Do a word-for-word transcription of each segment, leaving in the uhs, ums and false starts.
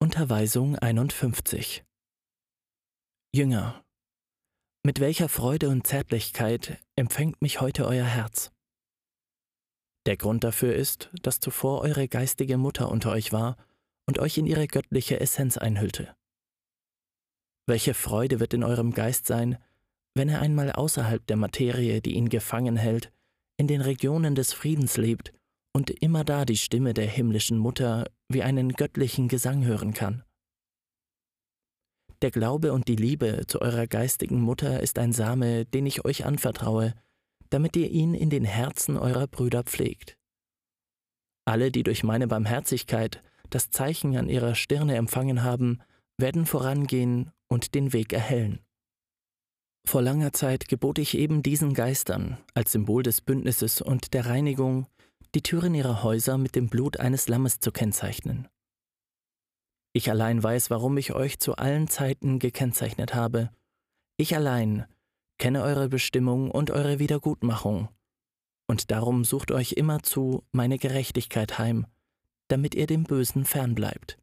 Unterweisung einundfünfzig. Jünger, mit welcher Freude und Zärtlichkeit empfängt mich heute euer Herz? Der Grund dafür ist, dass zuvor eure geistige Mutter unter euch war und euch in ihre göttliche Essenz einhüllte. Welche Freude wird in eurem Geist sein, wenn er einmal außerhalb der Materie, die ihn gefangen hält, in den Regionen des Friedens lebt und immerdar die Stimme der himmlischen Mutter wie einen göttlichen Gesang hören kann. Der Glaube und die Liebe zu eurer geistigen Mutter ist ein Same, den ich euch anvertraue, damit ihr ihn in den Herzen eurer Brüder pflegt. Alle, die durch meine Barmherzigkeit das Zeichen an ihrer Stirne empfangen haben, werden vorangehen und den Weg erhellen. Vor langer Zeit gebot ich eben diesen Geistern, als Symbol des Bündnisses und der Reinigung, die Türen ihrer Häuser mit dem Blut eines Lammes zu kennzeichnen. Ich allein weiß, warum ich euch zu allen Zeiten gekennzeichnet habe. Ich allein kenne eure Bestimmung und eure Wiedergutmachung, und darum sucht euch immerzu meine Gerechtigkeit heim, damit ihr dem Bösen fernbleibt.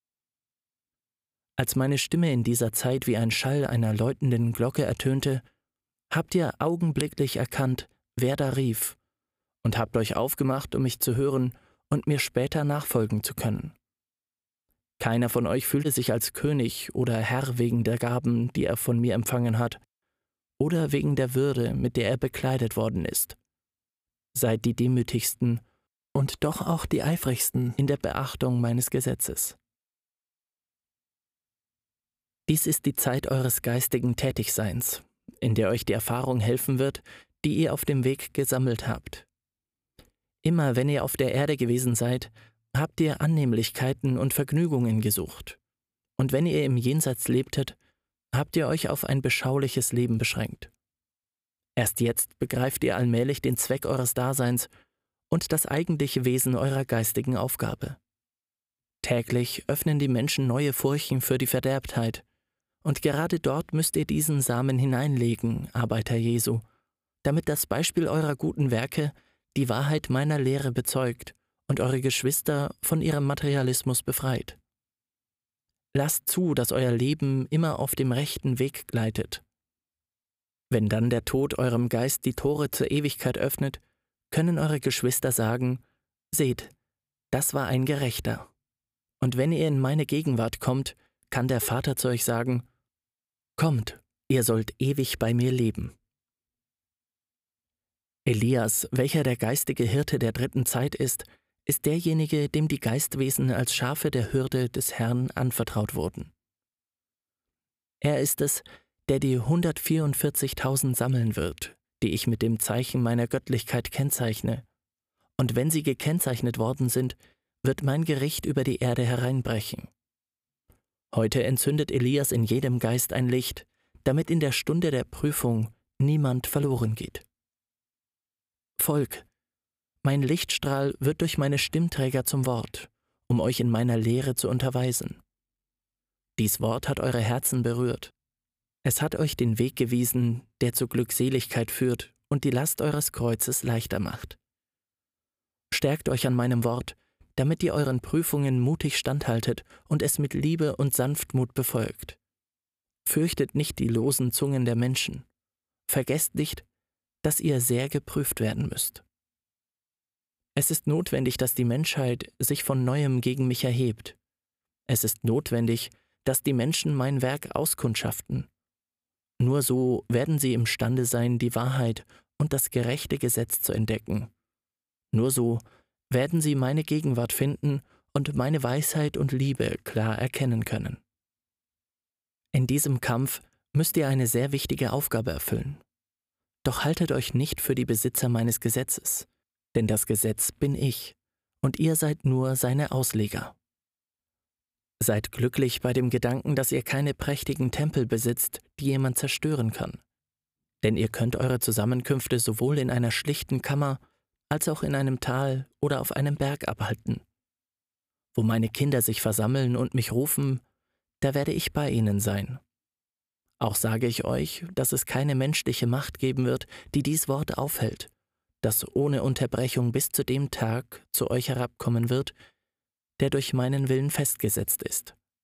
Als meine Stimme in dieser Zeit wie ein Schall einer läutenden Glocke ertönte, habt ihr augenblicklich erkannt, wer da rief, und habt euch aufgemacht, um mich zu hören und mir später nachfolgen zu können. Keiner von euch fühlte sich als König oder Herr wegen der Gaben, die er von mir empfangen hat, oder wegen der Würde, mit der er bekleidet worden ist. Seid die demütigsten und doch auch die eifrigsten in der Beachtung meines Gesetzes. Dies ist die Zeit eures geistigen Tätigseins, in der euch die Erfahrung helfen wird, die ihr auf dem Weg gesammelt habt. Immer wenn ihr auf der Erde gewesen seid, habt ihr Annehmlichkeiten und Vergnügungen gesucht. Und wenn ihr im Jenseits lebtet, habt ihr euch auf ein beschauliches Leben beschränkt. Erst jetzt begreift ihr allmählich den Zweck eures Daseins und das eigentliche Wesen eurer geistigen Aufgabe. Täglich öffnen die Menschen neue Furchen für die Verderbtheit, und gerade dort müsst ihr diesen Samen hineinlegen, Arbeiter Jesu, damit das Beispiel eurer guten Werke die Wahrheit meiner Lehre bezeugt und eure Geschwister von ihrem Materialismus befreit. Lasst zu, dass euer Leben immer auf dem rechten Weg gleitet. Wenn dann der Tod eurem Geist die Tore zur Ewigkeit öffnet, können eure Geschwister sagen, seht, das war ein Gerechter. Und wenn ihr in meine Gegenwart kommt, kann der Vater zu euch sagen, kommt, ihr sollt ewig bei mir leben. Elias, welcher der geistige Hirte der dritten Zeit ist, ist derjenige, dem die Geistwesen als Schafe der Hürde des Herrn anvertraut wurden. Er ist es, der die hundertvierundvierzigtausend sammeln wird, die ich mit dem Zeichen meiner Göttlichkeit kennzeichne. Und wenn sie gekennzeichnet worden sind, wird mein Gericht über die Erde hereinbrechen. Heute entzündet Elias in jedem Geist ein Licht, damit in der Stunde der Prüfung niemand verloren geht. Volk, mein Lichtstrahl wird durch meine Stimmträger zum Wort, um euch in meiner Lehre zu unterweisen. Dies Wort hat eure Herzen berührt. Es hat euch den Weg gewiesen, der zur Glückseligkeit führt und die Last eures Kreuzes leichter macht. Stärkt euch an meinem Wort, damit ihr euren Prüfungen mutig standhaltet und es mit Liebe und Sanftmut befolgt. Fürchtet nicht die losen Zungen der Menschen. Vergesst nicht, dass ihr sehr geprüft werden müsst. Es ist notwendig, dass die Menschheit sich von Neuem gegen mich erhebt. Es ist notwendig, dass die Menschen mein Werk auskundschaften. Nur so werden sie imstande sein, die Wahrheit und das gerechte Gesetz zu entdecken. Nur so werden sie meine Gegenwart finden und meine Weisheit und Liebe klar erkennen können. In diesem Kampf müsst ihr eine sehr wichtige Aufgabe erfüllen. Doch haltet euch nicht für die Besitzer meines Gesetzes, denn das Gesetz bin ich, und ihr seid nur seine Ausleger. Seid glücklich bei dem Gedanken, dass ihr keine prächtigen Tempel besitzt, die jemand zerstören kann. Denn ihr könnt eure Zusammenkünfte sowohl in einer schlichten Kammer als auch in einem Tal oder auf einem Berg abhalten. Wo meine Kinder sich versammeln und mich rufen, da werde ich bei ihnen sein. Auch sage ich euch, dass es keine menschliche Macht geben wird, die dies Wort aufhält, das ohne Unterbrechung bis zu dem Tag zu euch herabkommen wird, der durch meinen Willen festgesetzt ist.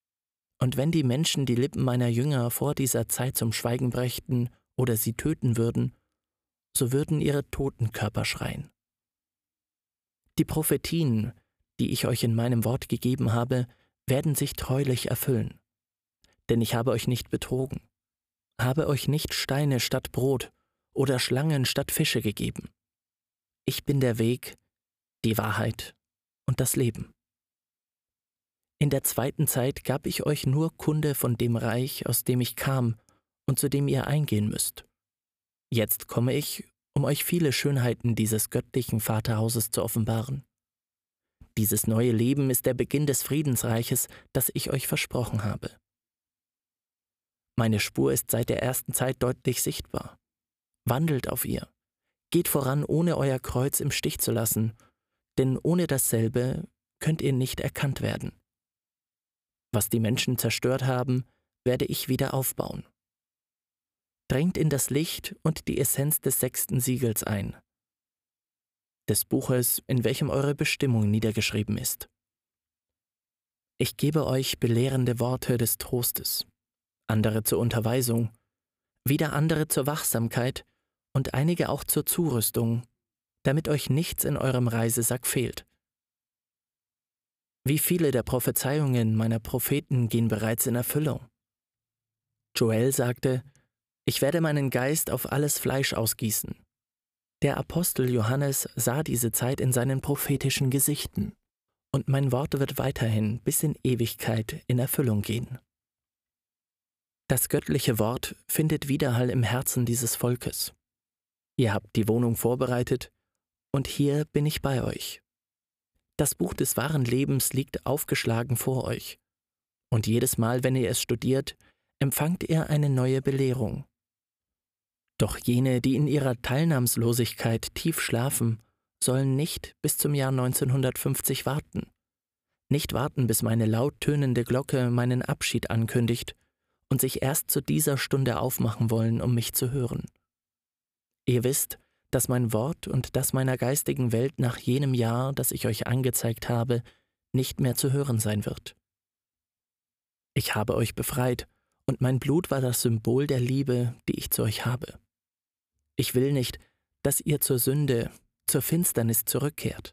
Und wenn die Menschen die Lippen meiner Jünger vor dieser Zeit zum Schweigen brächten oder sie töten würden, so würden ihre toten Körper schreien. Die Prophetien, die ich euch in meinem Wort gegeben habe, werden sich treulich erfüllen. Denn ich habe euch nicht betrogen, habe euch nicht Steine statt Brot oder Schlangen statt Fische gegeben. Ich bin der Weg, die Wahrheit und das Leben. In der zweiten Zeit gab ich euch nur Kunde von dem Reich, aus dem ich kam und zu dem ihr eingehen müsst. Jetzt komme ich, um euch viele Schönheiten dieses göttlichen Vaterhauses zu offenbaren. Dieses neue Leben ist der Beginn des Friedensreiches, das ich euch versprochen habe. Meine Spur ist seit der ersten Zeit deutlich sichtbar. Wandelt auf ihr. Geht voran, ohne euer Kreuz im Stich zu lassen, denn ohne dasselbe könnt ihr nicht erkannt werden. Was die Menschen zerstört haben, werde ich wieder aufbauen. Drängt in das Licht und die Essenz des sechsten Siegels ein, des Buches, in welchem eure Bestimmung niedergeschrieben ist. Ich gebe euch belehrende Worte des Trostes, andere zur Unterweisung, wieder andere zur Wachsamkeit und einige auch zur Zurüstung, damit euch nichts in eurem Reisesack fehlt. Wie viele der Prophezeiungen meiner Propheten gehen bereits in Erfüllung? Joel sagte, ich werde meinen Geist auf alles Fleisch ausgießen. Der Apostel Johannes sah diese Zeit in seinen prophetischen Gesichten, und mein Wort wird weiterhin bis in Ewigkeit in Erfüllung gehen. Das göttliche Wort findet Widerhall im Herzen dieses Volkes. Ihr habt die Wohnung vorbereitet, und hier bin ich bei euch. Das Buch des wahren Lebens liegt aufgeschlagen vor euch, und jedes Mal, wenn ihr es studiert, empfangt ihr eine neue Belehrung. Doch jene, die in ihrer Teilnahmslosigkeit tief schlafen, sollen nicht bis zum Jahr neunzehnhundertfünfzig warten. Nicht warten, bis meine laut tönende Glocke meinen Abschied ankündigt und sich erst zu dieser Stunde aufmachen wollen, um mich zu hören. Ihr wisst, dass mein Wort und das meiner geistigen Welt nach jenem Jahr, das ich euch angezeigt habe, nicht mehr zu hören sein wird. Ich habe euch befreit, und mein Blut war das Symbol der Liebe, die ich zu euch habe. Ich will nicht, dass ihr zur Sünde, zur Finsternis zurückkehrt.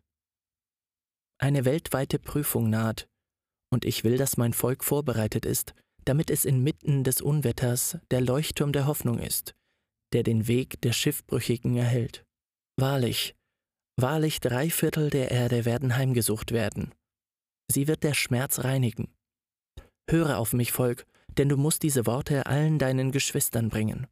Eine weltweite Prüfung naht, und ich will, dass mein Volk vorbereitet ist, damit es inmitten des Unwetters der Leuchtturm der Hoffnung ist, der den Weg der Schiffbrüchigen erhält. Wahrlich, wahrlich drei Viertel der Erde werden heimgesucht werden. Sie wird der Schmerz reinigen. Höre auf mich, Volk, denn du musst diese Worte allen deinen Geschwistern bringen.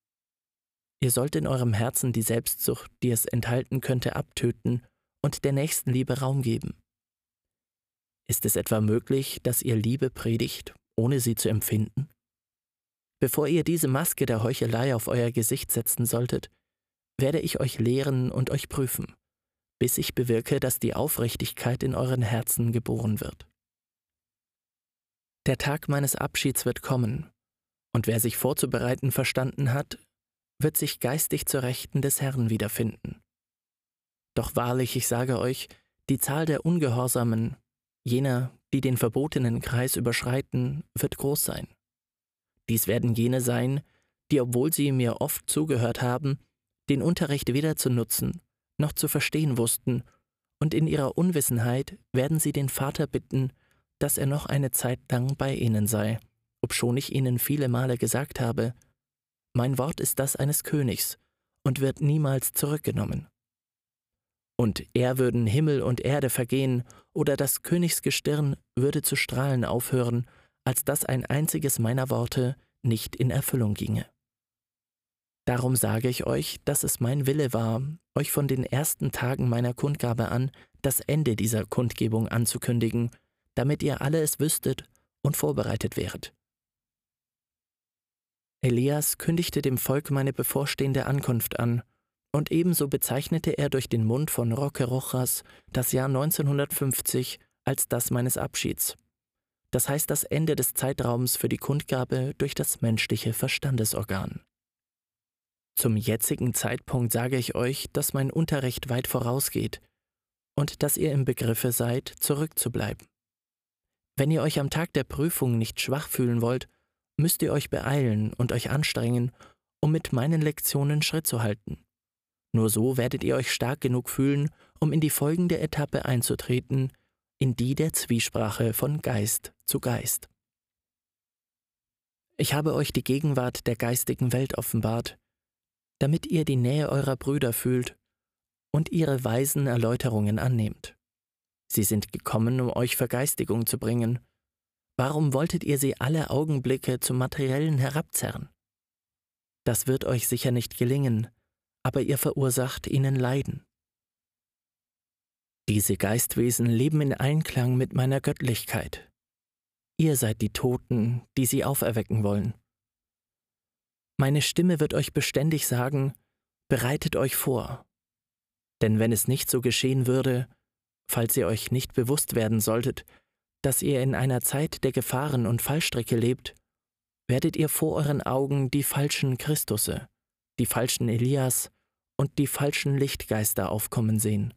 Ihr sollt in eurem Herzen die Selbstsucht, die es enthalten könnte, abtöten und der Nächstenliebe Raum geben. Ist es etwa möglich, dass ihr Liebe predigt, ohne sie zu empfinden? Bevor ihr diese Maske der Heuchelei auf euer Gesicht setzen solltet, werde ich euch lehren und euch prüfen, bis ich bewirke, dass die Aufrichtigkeit in euren Herzen geboren wird. Der Tag meines Abschieds wird kommen, und wer sich vorzubereiten verstanden hat, wird sich geistig zur Rechten des Herrn wiederfinden. Doch wahrlich, ich sage euch, die Zahl der Ungehorsamen, jener, die den verbotenen Kreis überschreiten, wird groß sein. Dies werden jene sein, die, obwohl sie mir oft zugehört haben, den Unterricht weder zu nutzen noch zu verstehen wussten, und in ihrer Unwissenheit werden sie den Vater bitten, dass er noch eine Zeit lang bei ihnen sei, obschon ich ihnen viele Male gesagt habe, mein Wort ist das eines Königs und wird niemals zurückgenommen. Und er würden Himmel und Erde vergehen, oder das Königsgestirn würde zu strahlen aufhören, als dass ein einziges meiner Worte nicht in Erfüllung ginge. Darum sage ich euch, dass es mein Wille war, euch von den ersten Tagen meiner Kundgabe an das Ende dieser Kundgebung anzukündigen, damit ihr alle es wüsstet und vorbereitet wäret. Elias kündigte dem Volk meine bevorstehende Ankunft an, und ebenso bezeichnete er durch den Mund von Roque Rojas das Jahr neunzehnhundertfünfzig als das meines Abschieds. Das heißt das Ende des Zeitraums für die Kundgabe durch das menschliche Verstandesorgan. Zum jetzigen Zeitpunkt sage ich euch, dass mein Unterricht weit vorausgeht und dass ihr im Begriffe seid, zurückzubleiben. Wenn ihr euch am Tag der Prüfung nicht schwach fühlen wollt, müsst ihr euch beeilen und euch anstrengen, um mit meinen Lektionen Schritt zu halten. Nur so werdet ihr euch stark genug fühlen, um in die folgende Etappe einzutreten, in die der Zwiesprache von Geist zu Geist. Ich habe euch die Gegenwart der geistigen Welt offenbart, damit ihr die Nähe eurer Brüder fühlt und ihre weisen Erläuterungen annehmt. Sie sind gekommen, um euch Vergeistigung zu bringen. Warum wolltet ihr sie alle Augenblicke zum Materiellen herabzerren? Das wird euch sicher nicht gelingen, aber ihr verursacht ihnen Leiden. Diese Geistwesen leben in Einklang mit meiner Göttlichkeit. Ihr seid die Toten, die sie auferwecken wollen. Meine Stimme wird euch beständig sagen, bereitet euch vor. Denn wenn es nicht so geschehen würde, falls ihr euch nicht bewusst werden solltet, dass ihr in einer Zeit der Gefahren und Fallstricke lebt, werdet ihr vor euren Augen die falschen Christusse, die falschen Elias und die falschen Lichtgeister aufkommen sehen.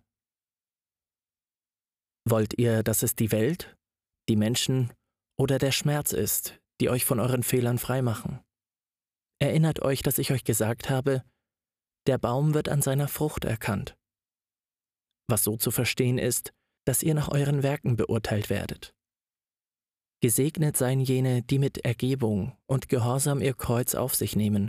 Wollt ihr, dass es die Welt, die Menschen oder der Schmerz ist, die euch von euren Fehlern freimachen? Erinnert euch, dass ich euch gesagt habe, der Baum wird an seiner Frucht erkannt. Was so zu verstehen ist, dass ihr nach euren Werken beurteilt werdet. Gesegnet seien jene, die mit Ergebung und Gehorsam ihr Kreuz auf sich nehmen.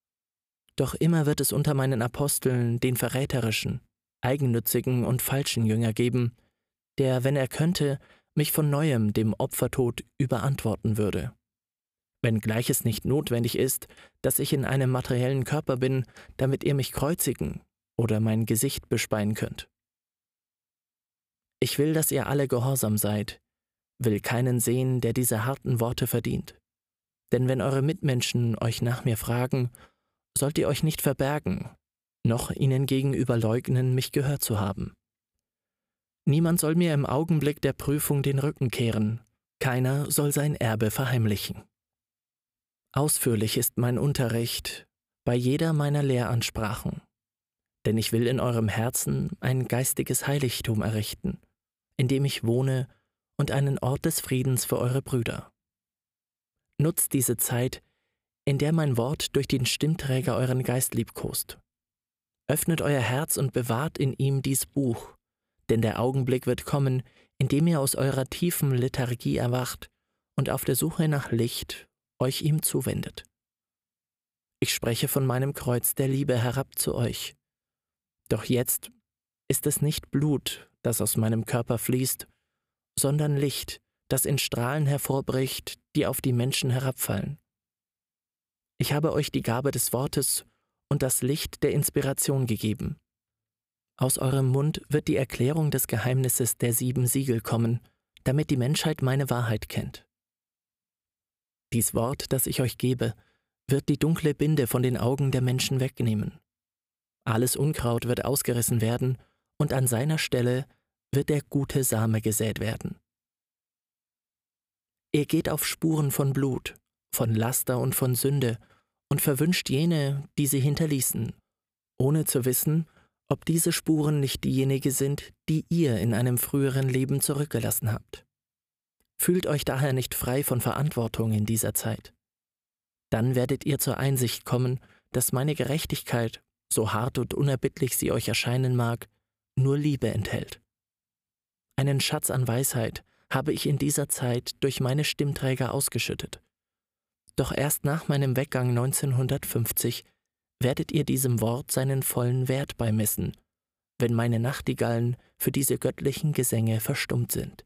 Doch immer wird es unter meinen Aposteln den verräterischen, eigennützigen und falschen Jünger geben, der, wenn er könnte, mich von Neuem dem Opfertod überantworten würde. Wenngleich es nicht notwendig ist, dass ich in einem materiellen Körper bin, damit ihr mich kreuzigen oder mein Gesicht bespeien könnt. Ich will, dass ihr alle gehorsam seid, will keinen sehen, der diese harten Worte verdient. Denn wenn eure Mitmenschen euch nach mir fragen, sollt ihr euch nicht verbergen, noch ihnen gegenüber leugnen, mich gehört zu haben. Niemand soll mir im Augenblick der Prüfung den Rücken kehren, keiner soll sein Erbe verheimlichen. Ausführlich ist mein Unterricht bei jeder meiner Lehransprachen, denn ich will in eurem Herzen ein geistiges Heiligtum errichten, in dem ich wohne und einen Ort des Friedens für eure Brüder. Nutzt diese Zeit, in der mein Wort durch den Stimmträger euren Geist liebkost. Öffnet euer Herz und bewahrt in ihm dies Buch, denn der Augenblick wird kommen, in dem ihr aus eurer tiefen Lethargie erwacht und auf der Suche nach Licht euch ihm zuwendet. Ich spreche von meinem Kreuz der Liebe herab zu euch. Doch jetzt ist es nicht Blut, das aus meinem Körper fließt, sondern Licht, das in Strahlen hervorbricht, die auf die Menschen herabfallen. Ich habe euch die Gabe des Wortes und das Licht der Inspiration gegeben. Aus eurem Mund wird die Erklärung des Geheimnisses der sieben Siegel kommen, damit die Menschheit meine Wahrheit kennt. Dies Wort, das ich euch gebe, wird die dunkle Binde von den Augen der Menschen wegnehmen. Alles Unkraut wird ausgerissen werden, und an seiner Stelle wird der gute Same gesät werden. Ihr geht auf Spuren von Blut, von Laster und von Sünde und verwünscht jene, die sie hinterließen, ohne zu wissen, ob diese Spuren nicht diejenigen sind, die ihr in einem früheren Leben zurückgelassen habt. Fühlt euch daher nicht frei von Verantwortung in dieser Zeit. Dann werdet ihr zur Einsicht kommen, dass meine Gerechtigkeit, so hart und unerbittlich sie euch erscheinen mag, nur Liebe enthält. Einen Schatz an Weisheit habe ich in dieser Zeit durch meine Stimmträger ausgeschüttet. Doch erst nach meinem Weggang neunzehnhundertfünfzig werdet ihr diesem Wort seinen vollen Wert beimessen, wenn meine Nachtigallen für diese göttlichen Gesänge verstummt sind.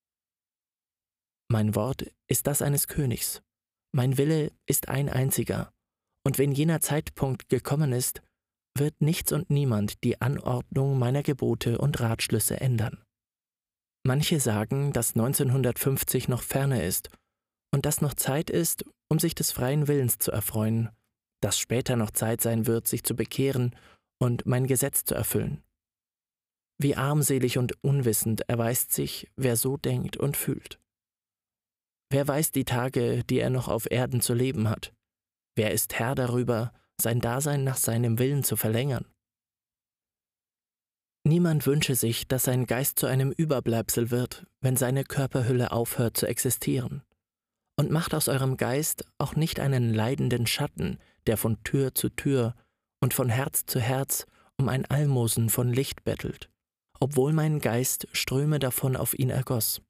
Mein Wort ist das eines Königs, mein Wille ist ein einziger, und wenn jener Zeitpunkt gekommen ist, wird nichts und niemand die Anordnung meiner Gebote und Ratschlüsse ändern. Manche sagen, dass neunzehnhundertfünfzig noch ferne ist und dass noch Zeit ist, um sich des freien Willens zu erfreuen, dass später noch Zeit sein wird, sich zu bekehren und mein Gesetz zu erfüllen. Wie armselig und unwissend erweist sich, wer so denkt und fühlt. Wer weiß die Tage, die er noch auf Erden zu leben hat? Wer ist Herr darüber, sein Dasein nach seinem Willen zu verlängern? Niemand wünsche sich, dass sein Geist zu einem Überbleibsel wird, wenn seine Körperhülle aufhört zu existieren. Und macht aus eurem Geist auch nicht einen leidenden Schatten, der von Tür zu Tür und von Herz zu Herz um ein Almosen von Licht bettelt, obwohl mein Geist Ströme davon auf ihn ergoss.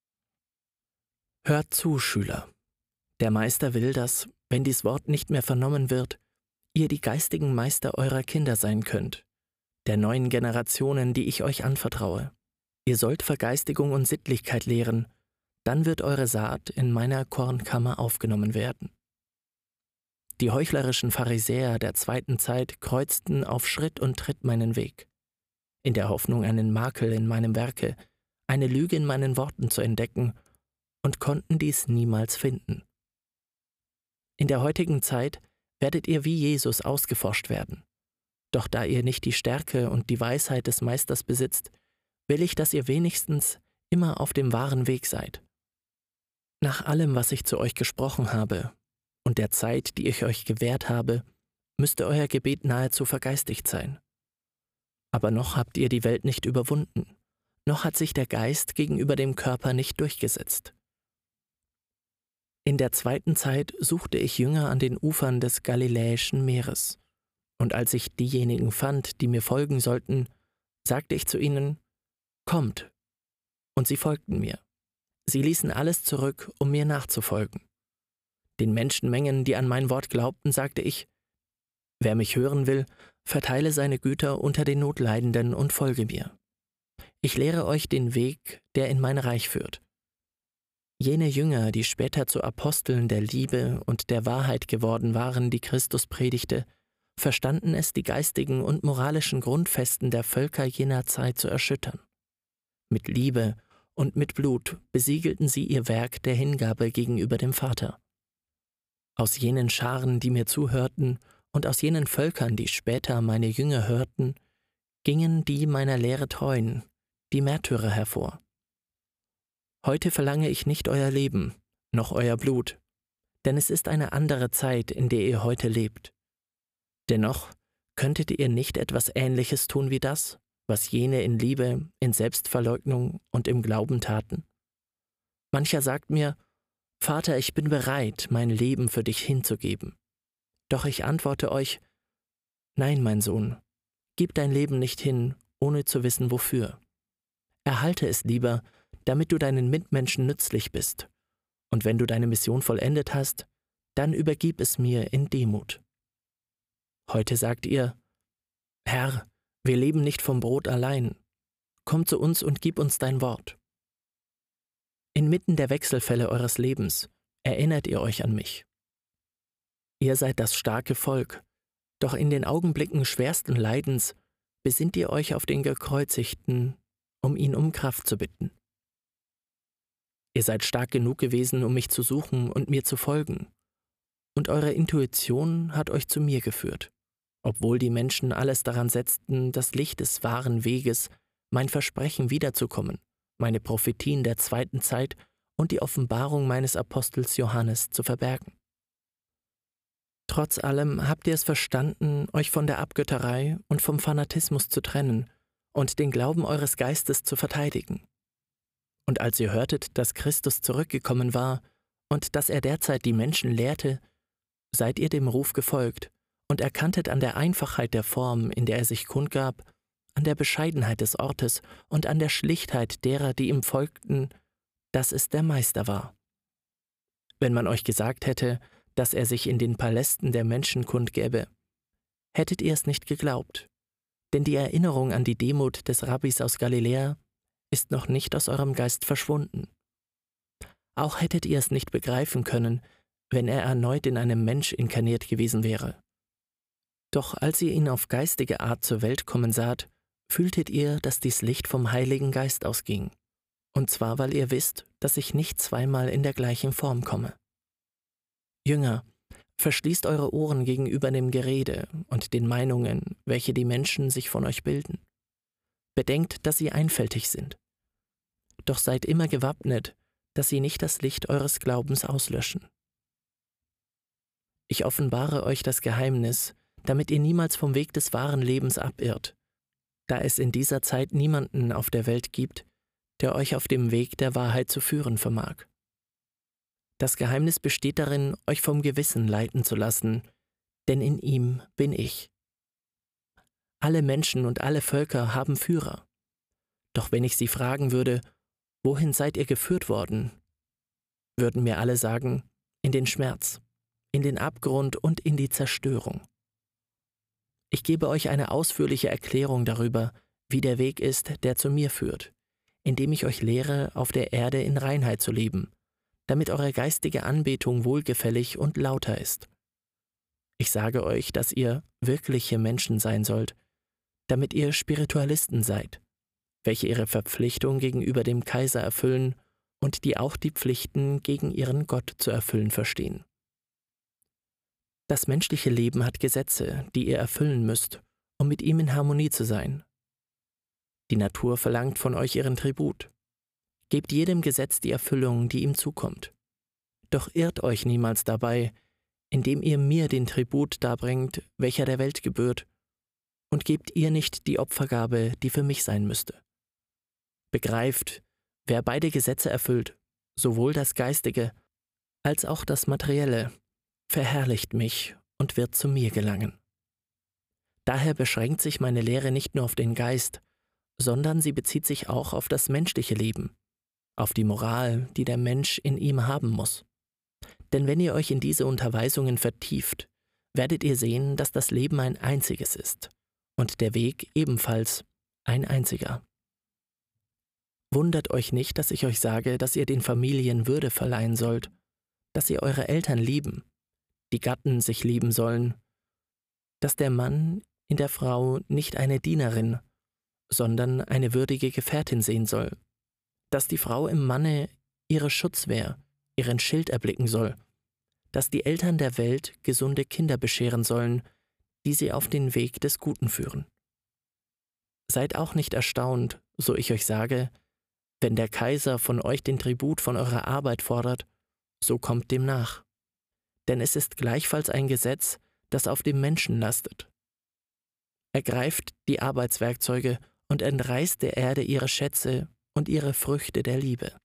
Hört zu, Schüler. Der Meister will, dass, wenn dies Wort nicht mehr vernommen wird, ihr die geistigen Meister eurer Kinder sein könnt, der neuen Generationen, die ich euch anvertraue. Ihr sollt Vergeistigung und Sittlichkeit lehren, dann wird eure Saat in meiner Kornkammer aufgenommen werden. Die heuchlerischen Pharisäer der zweiten Zeit kreuzten auf Schritt und Tritt meinen Weg, in der Hoffnung, einen Makel in meinem Werke, eine Lüge in meinen Worten zu entdecken, und konnten dies niemals finden. In der heutigen Zeit werdet ihr wie Jesus ausgeforscht werden. Doch da ihr nicht die Stärke und die Weisheit des Meisters besitzt, will ich, dass ihr wenigstens immer auf dem wahren Weg seid. Nach allem, was ich zu euch gesprochen habe und der Zeit, die ich euch gewährt habe, müsste euer Gebet nahezu vergeistigt sein. Aber noch habt ihr die Welt nicht überwunden, noch hat sich der Geist gegenüber dem Körper nicht durchgesetzt. In der zweiten Zeit suchte ich Jünger an den Ufern des Galiläischen Meeres, und als ich diejenigen fand, die mir folgen sollten, sagte ich zu ihnen: Kommt! Und sie folgten mir. Sie ließen alles zurück, um mir nachzufolgen. Den Menschenmengen, die an mein Wort glaubten, sagte ich: Wer mich hören will, verteile seine Güter unter den Notleidenden und folge mir. Ich lehre euch den Weg, der in mein Reich führt. Jene Jünger, die später zu Aposteln der Liebe und der Wahrheit geworden waren, die Christus predigte, verstanden es, die geistigen und moralischen Grundfesten der Völker jener Zeit zu erschüttern. Mit Liebe und mit Blut besiegelten sie ihr Werk der Hingabe gegenüber dem Vater. Aus jenen Scharen, die mir zuhörten, und aus jenen Völkern, die später meine Jünger hörten, gingen die meiner Lehre treuen, die Märtyrer hervor. Heute verlange ich nicht euer Leben, noch euer Blut, denn es ist eine andere Zeit, in der ihr heute lebt. Dennoch könntet ihr nicht etwas Ähnliches tun wie das, was jene in Liebe, in Selbstverleugnung und im Glauben taten? Mancher sagt mir: Vater, ich bin bereit, mein Leben für dich hinzugeben. Doch ich antworte euch: Nein, mein Sohn, gib dein Leben nicht hin, ohne zu wissen, wofür. Erhalte es lieber, damit du deinen Mitmenschen nützlich bist. Und wenn du deine Mission vollendet hast, dann übergib es mir in Demut. Heute sagt ihr: Herr, wir leben nicht vom Brot allein. Komm zu uns und gib uns dein Wort. Inmitten der Wechselfälle eures Lebens erinnert ihr euch an mich. Ihr seid das starke Volk, doch in den Augenblicken schwersten Leidens besinnt ihr euch auf den Gekreuzigten, um ihn um Kraft zu bitten. Ihr seid stark genug gewesen, um mich zu suchen und mir zu folgen, und eure Intuition hat euch zu mir geführt, obwohl die Menschen alles daran setzten, das Licht des wahren Weges, mein Versprechen wiederzukommen, meine Prophetien der zweiten Zeit und die Offenbarung meines Apostels Johannes zu verbergen. Trotz allem habt ihr es verstanden, euch von der Abgötterei und vom Fanatismus zu trennen und den Glauben eures Geistes zu verteidigen. Und als ihr hörtet, dass Christus zurückgekommen war und dass er derzeit die Menschen lehrte, seid ihr dem Ruf gefolgt und erkanntet an der Einfachheit der Form, in der er sich kundgab, an der Bescheidenheit des Ortes und an der Schlichtheit derer, die ihm folgten, dass es der Meister war. Wenn man euch gesagt hätte, dass er sich in den Palästen der Menschen kundgäbe, hättet ihr es nicht geglaubt, denn die Erinnerung an die Demut des Rabbis aus Galiläa ist noch nicht aus eurem Geist verschwunden. Auch hättet ihr es nicht begreifen können, wenn er erneut in einem Mensch inkarniert gewesen wäre. Doch als ihr ihn auf geistige Art zur Welt kommen saht, fühltet ihr, dass dies Licht vom Heiligen Geist ausging, und zwar, weil ihr wisst, dass ich nicht zweimal in der gleichen Form komme. Jünger, verschließt eure Ohren gegenüber dem Gerede und den Meinungen, welche die Menschen sich von euch bilden. Bedenkt, dass sie einfältig sind. Doch seid immer gewappnet, dass sie nicht das Licht eures Glaubens auslöschen. Ich offenbare euch das Geheimnis, damit ihr niemals vom Weg des wahren Lebens abirrt. da es in dieser Zeit niemanden auf der Welt gibt, der euch auf dem Weg der Wahrheit zu führen vermag. Das Geheimnis besteht darin, euch vom Gewissen leiten zu lassen, denn in ihm bin ich. Alle Menschen und alle Völker haben Führer. Doch wenn ich sie fragen würde, wohin seid ihr geführt worden, würden mir alle sagen, in den Schmerz, in den Abgrund und in die Zerstörung. Ich gebe euch eine ausführliche Erklärung darüber, wie der Weg ist, der zu mir führt, indem ich euch lehre, auf der Erde in Reinheit zu leben, damit eure geistige Anbetung wohlgefällig und lauter ist. Ich sage euch, dass ihr wirkliche Menschen sein sollt, damit ihr Spiritualisten seid, welche ihre Verpflichtung gegenüber dem Kaiser erfüllen und die auch die Pflichten gegen ihren Gott zu erfüllen verstehen. Das menschliche Leben hat Gesetze, die ihr erfüllen müsst, um mit ihm in Harmonie zu sein. Die Natur verlangt von euch ihren Tribut. Gebt jedem Gesetz die Erfüllung, die ihm zukommt. Doch irrt euch niemals dabei, indem ihr mir den Tribut darbringt, welcher der Welt gebührt, und gebt ihr nicht die Opfergabe, die für mich sein müsste. Begreift, wer beide Gesetze erfüllt, sowohl das Geistige als auch das Materielle, verherrlicht mich und wird zu mir gelangen. Daher beschränkt sich meine Lehre nicht nur auf den Geist, sondern sie bezieht sich auch auf das menschliche Leben, auf die Moral, die der Mensch in ihm haben muss. Denn wenn ihr euch in diese Unterweisungen vertieft, werdet ihr sehen, dass das Leben ein einziges ist und der Weg ebenfalls ein einziger. Wundert euch nicht, dass ich euch sage, dass ihr den Familien Würde verleihen sollt, dass ihr eure Eltern lieben, die Gatten sich lieben sollen, dass der Mann in der Frau nicht eine Dienerin, sondern eine würdige Gefährtin sehen soll, dass die Frau im Manne ihre Schutzwehr, ihren Schild erblicken soll, dass die Eltern der Welt gesunde Kinder bescheren sollen, die sie auf den Weg des Guten führen. Seid auch nicht erstaunt, so ich euch sage, wenn der Kaiser von euch den Tribut von eurer Arbeit fordert, so kommt dem nach. Denn es ist gleichfalls ein Gesetz, das auf dem Menschen lastet. Ergreift die Arbeitswerkzeuge und entreißt der Erde ihre Schätze und ihre Früchte der Liebe.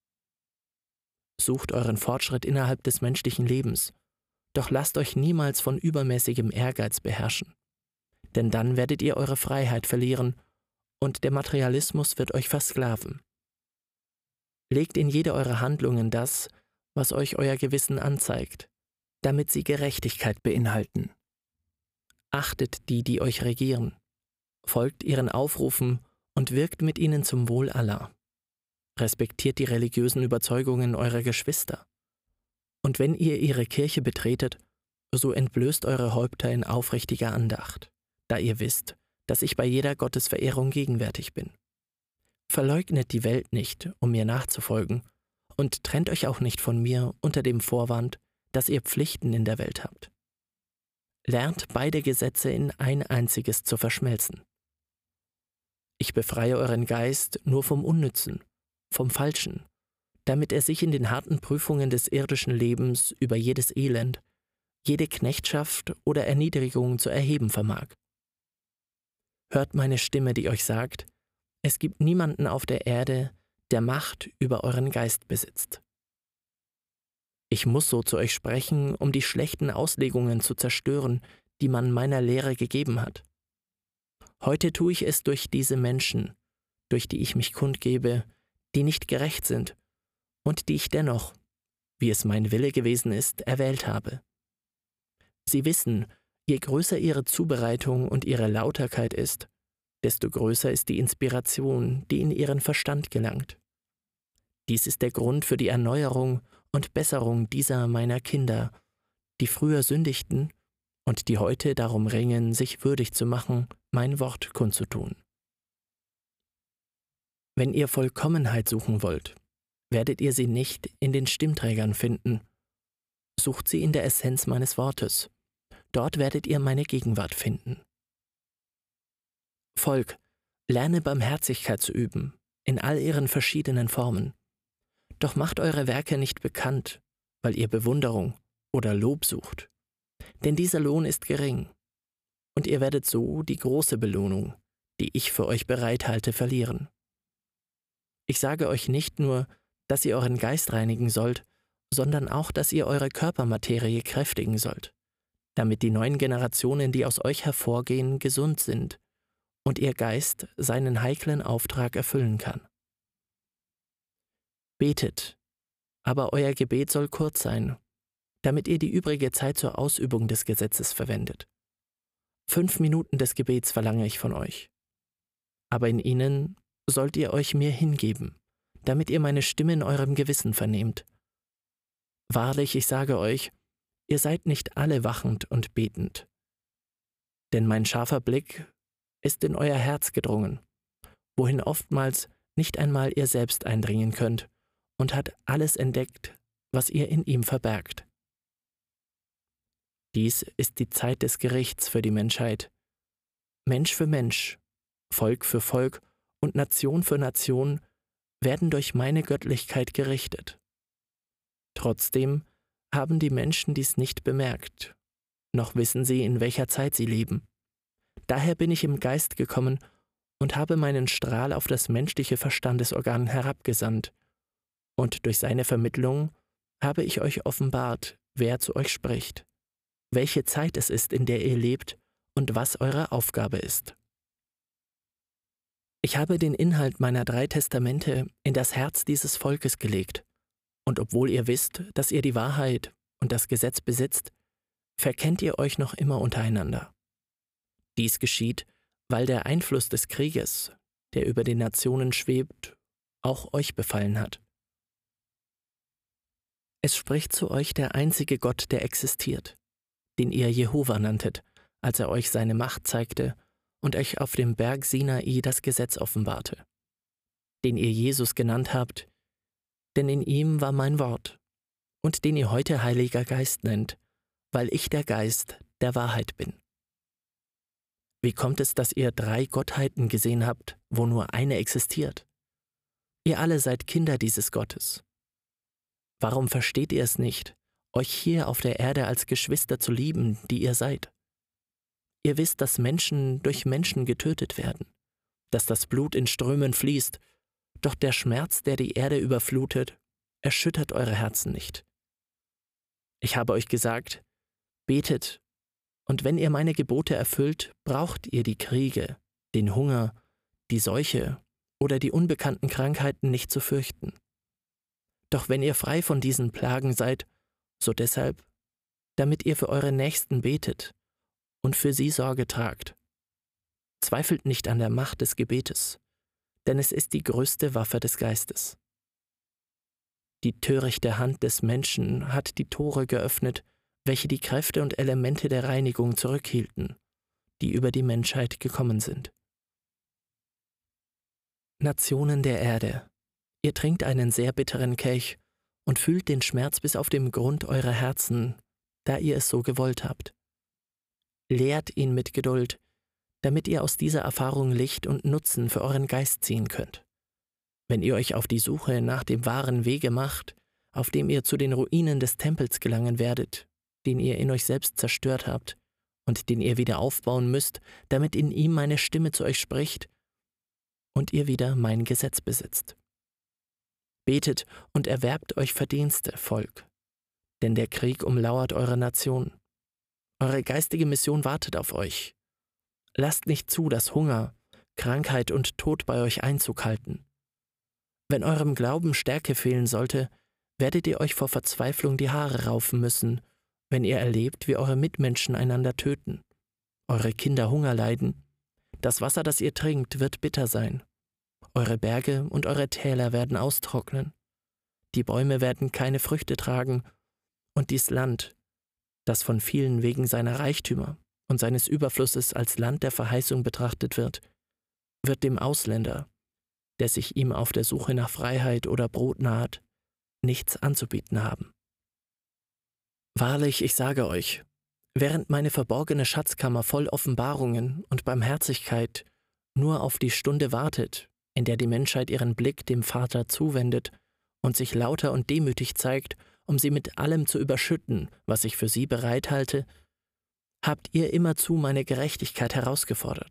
Sucht euren Fortschritt innerhalb des menschlichen Lebens, doch lasst euch niemals von übermäßigem Ehrgeiz beherrschen. Denn dann werdet ihr eure Freiheit verlieren und der Materialismus wird euch versklaven. Legt in jede eure Handlungen das, was euch euer Gewissen anzeigt, damit sie Gerechtigkeit beinhalten. Achtet die, die euch regieren, folgt ihren Aufrufen und wirkt mit ihnen zum Wohl aller. Respektiert die religiösen Überzeugungen eurer Geschwister. Und wenn ihr ihre Kirche betretet, so entblößt eure Häupter in aufrichtiger Andacht, da ihr wisst, dass ich bei jeder Gottesverehrung gegenwärtig bin. Verleugnet die Welt nicht, um mir nachzufolgen, und trennt euch auch nicht von mir unter dem Vorwand, dass ihr Pflichten in der Welt habt. Lernt beide Gesetze in ein einziges zu verschmelzen. Ich befreie euren Geist nur vom Unnützen, vom Falschen, damit er sich in den harten Prüfungen des irdischen Lebens über jedes Elend, jede Knechtschaft oder Erniedrigung zu erheben vermag. Hört meine Stimme, die euch sagt, es gibt niemanden auf der Erde, der Macht über euren Geist besitzt. Ich muss so zu euch sprechen, um die schlechten Auslegungen zu zerstören, die man meiner Lehre gegeben hat. Heute tue ich es durch diese Menschen, durch die ich mich kundgebe, die nicht gerecht sind und die ich dennoch, wie es mein Wille gewesen ist, erwählt habe. Sie wissen, je größer ihre Zubereitung und ihre Lauterkeit ist, desto größer ist die Inspiration, die in ihren Verstand gelangt. Dies ist der Grund für die Erneuerung und Besserung dieser meiner Kinder, die früher sündigten und die heute darum ringen, sich würdig zu machen, mein Wort kundzutun. Wenn ihr Vollkommenheit suchen wollt, werdet ihr sie nicht in den Stimmträgern finden. Sucht sie in der Essenz meines Wortes. Dort werdet ihr meine Gegenwart finden. Volk, lerne Barmherzigkeit zu üben, in all ihren verschiedenen Formen. Doch macht eure Werke nicht bekannt, weil ihr Bewunderung oder Lob sucht. Denn dieser Lohn ist gering. Und ihr werdet so die große Belohnung, die ich für euch bereithalte, verlieren. Ich sage euch nicht nur, dass ihr euren Geist reinigen sollt, sondern auch, dass ihr eure Körpermaterie kräftigen sollt, damit die neuen Generationen, die aus euch hervorgehen, gesund sind und ihr Geist seinen heiklen Auftrag erfüllen kann. Betet, aber euer Gebet soll kurz sein, damit ihr die übrige Zeit zur Ausübung des Gesetzes verwendet. Fünf Minuten des Gebets verlange ich von euch. Aber in ihnen sollt ihr euch mir hingeben, damit ihr meine Stimme in eurem Gewissen vernehmt. Wahrlich, ich sage euch, ihr seid nicht alle wachend und betend. Denn mein scharfer Blick ist in euer Herz gedrungen, wohin oftmals nicht einmal ihr selbst eindringen könnt, und hat alles entdeckt, was ihr in ihm verbergt. Dies ist die Zeit des Gerichts für die Menschheit. Mensch für Mensch, Volk für Volk und Nation für Nation werden durch meine Göttlichkeit gerichtet. Trotzdem haben die Menschen dies nicht bemerkt, noch wissen sie, in welcher Zeit sie leben. Daher bin ich im Geist gekommen und habe meinen Strahl auf das menschliche Verstandesorgan herabgesandt, und durch seine Vermittlung habe ich euch offenbart, wer zu euch spricht, welche Zeit es ist, in der ihr lebt und was eure Aufgabe ist. Ich habe den Inhalt meiner drei Testamente in das Herz dieses Volkes gelegt, und obwohl ihr wisst, dass ihr die Wahrheit und das Gesetz besitzt, verkennt ihr euch noch immer untereinander. Dies geschieht, weil der Einfluss des Krieges, der über den Nationen schwebt, auch euch befallen hat. Es spricht zu euch der einzige Gott, der existiert, den ihr Jehova nanntet, als er euch seine Macht zeigte und euch auf dem Berg Sinai das Gesetz offenbarte, den ihr Jesus genannt habt, denn in ihm war mein Wort, und den ihr heute Heiliger Geist nennt, weil ich der Geist der Wahrheit bin. Wie kommt es, dass ihr drei Gottheiten gesehen habt, wo nur eine existiert? Ihr alle seid Kinder dieses Gottes. Warum versteht ihr es nicht, euch hier auf der Erde als Geschwister zu lieben, die ihr seid? Ihr wisst, dass Menschen durch Menschen getötet werden, dass das Blut in Strömen fließt, doch der Schmerz, der die Erde überflutet, erschüttert eure Herzen nicht. Ich habe euch gesagt, betet, und wenn ihr meine Gebote erfüllt, braucht ihr die Kriege, den Hunger, die Seuche oder die unbekannten Krankheiten nicht zu fürchten. Doch wenn ihr frei von diesen Plagen seid, so deshalb, damit ihr für eure Nächsten betet und für sie Sorge tragt. Zweifelt nicht an der Macht des Gebetes, denn es ist die größte Waffe des Geistes. Die törichte Hand des Menschen hat die Tore geöffnet, welche die Kräfte und Elemente der Reinigung zurückhielten, die über die Menschheit gekommen sind. Nationen der Erde, ihr trinkt einen sehr bitteren Kelch und fühlt den Schmerz bis auf den Grund eurer Herzen, da ihr es so gewollt habt. Lehrt ihn mit Geduld, damit ihr aus dieser Erfahrung Licht und Nutzen für euren Geist ziehen könnt. Wenn ihr euch auf die Suche nach dem wahren Wege macht, auf dem ihr zu den Ruinen des Tempels gelangen werdet, den ihr in euch selbst zerstört habt und den ihr wieder aufbauen müsst, damit in ihm meine Stimme zu euch spricht und ihr wieder mein Gesetz besitzt. Betet und erwerbt euch Verdienste, Volk, denn der Krieg umlauert eure Nation. Eure geistige Mission wartet auf euch. Lasst nicht zu, dass Hunger, Krankheit und Tod bei euch Einzug halten. Wenn eurem Glauben Stärke fehlen sollte, werdet ihr euch vor Verzweiflung die Haare raufen müssen, wenn ihr erlebt, wie eure Mitmenschen einander töten, eure Kinder Hunger leiden. Das Wasser, das ihr trinkt, wird bitter sein. Eure Berge und eure Täler werden austrocknen. Die Bäume werden keine Früchte tragen, und dies Land, das von vielen wegen seiner Reichtümer und seines Überflusses als Land der Verheißung betrachtet wird, wird dem Ausländer, der sich ihm auf der Suche nach Freiheit oder Brot naht, nichts anzubieten haben. Wahrlich, ich sage euch, während meine verborgene Schatzkammer voll Offenbarungen und Barmherzigkeit nur auf die Stunde wartet, in der die Menschheit ihren Blick dem Vater zuwendet und sich lauter und demütig zeigt, um sie mit allem zu überschütten, was ich für sie bereithalte, habt ihr immerzu meine Gerechtigkeit herausgefordert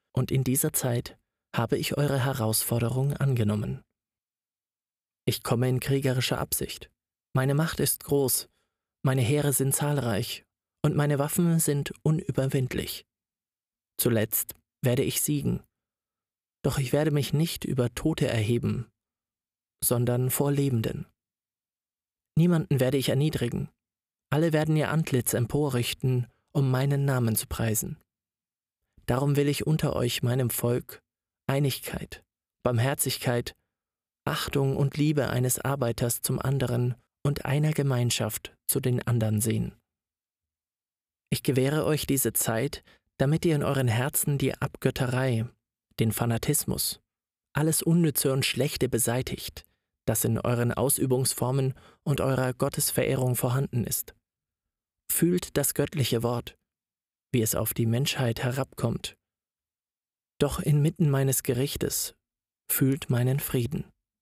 und in dieser Zeit habe ich eure Herausforderung angenommen. Ich komme in kriegerischer Absicht. Meine Macht ist groß, meine Heere sind zahlreich und meine Waffen sind unüberwindlich. Zuletzt werde ich siegen, doch ich werde mich nicht über Tote erheben, sondern vor Lebenden. Niemanden werde ich erniedrigen. Alle werden ihr Antlitz emporrichten, um meinen Namen zu preisen. Darum will ich unter euch, meinem Volk, Einigkeit, Barmherzigkeit, Achtung und Liebe eines Arbeiters zum anderen und einer Gemeinschaft zu den anderen sehen. Ich gewähre euch diese Zeit, damit ihr in euren Herzen die Abgötterei, den Fanatismus, alles Unnütze und Schlechte beseitigt, das in euren Ausübungsformen und eurer Gottesverehrung vorhanden ist. Fühlt das göttliche Wort, wie es auf die Menschheit herabkommt. Doch inmitten meines Gerichtes fühlt meinen Frieden.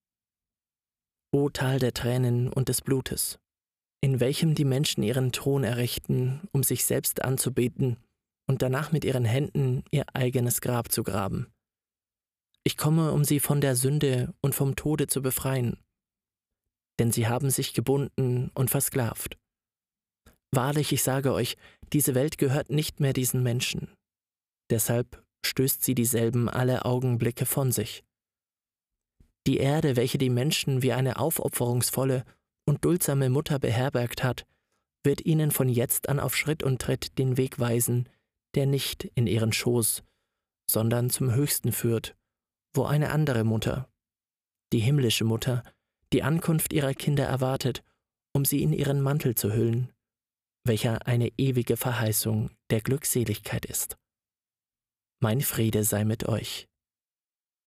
O Tal der Tränen und des Blutes, in welchem die Menschen ihren Thron errichten, um sich selbst anzubeten und danach mit ihren Händen ihr eigenes Grab zu graben. Ich komme, um sie von der Sünde und vom Tode zu befreien, denn sie haben sich gebunden und versklavt. Wahrlich, ich sage euch, diese Welt gehört nicht mehr diesen Menschen. Deshalb stößt sie dieselben alle Augenblicke von sich. Die Erde, welche die Menschen wie eine aufopferungsvolle und duldsame Mutter beherbergt hat, wird ihnen von jetzt an auf Schritt und Tritt den Weg weisen, der nicht in ihren Schoß, sondern zum Höchsten führt, wo eine andere Mutter, die himmlische Mutter, die Ankunft ihrer Kinder erwartet, um sie in ihren Mantel zu hüllen, welcher eine ewige Verheißung der Glückseligkeit ist. Mein Friede sei mit euch.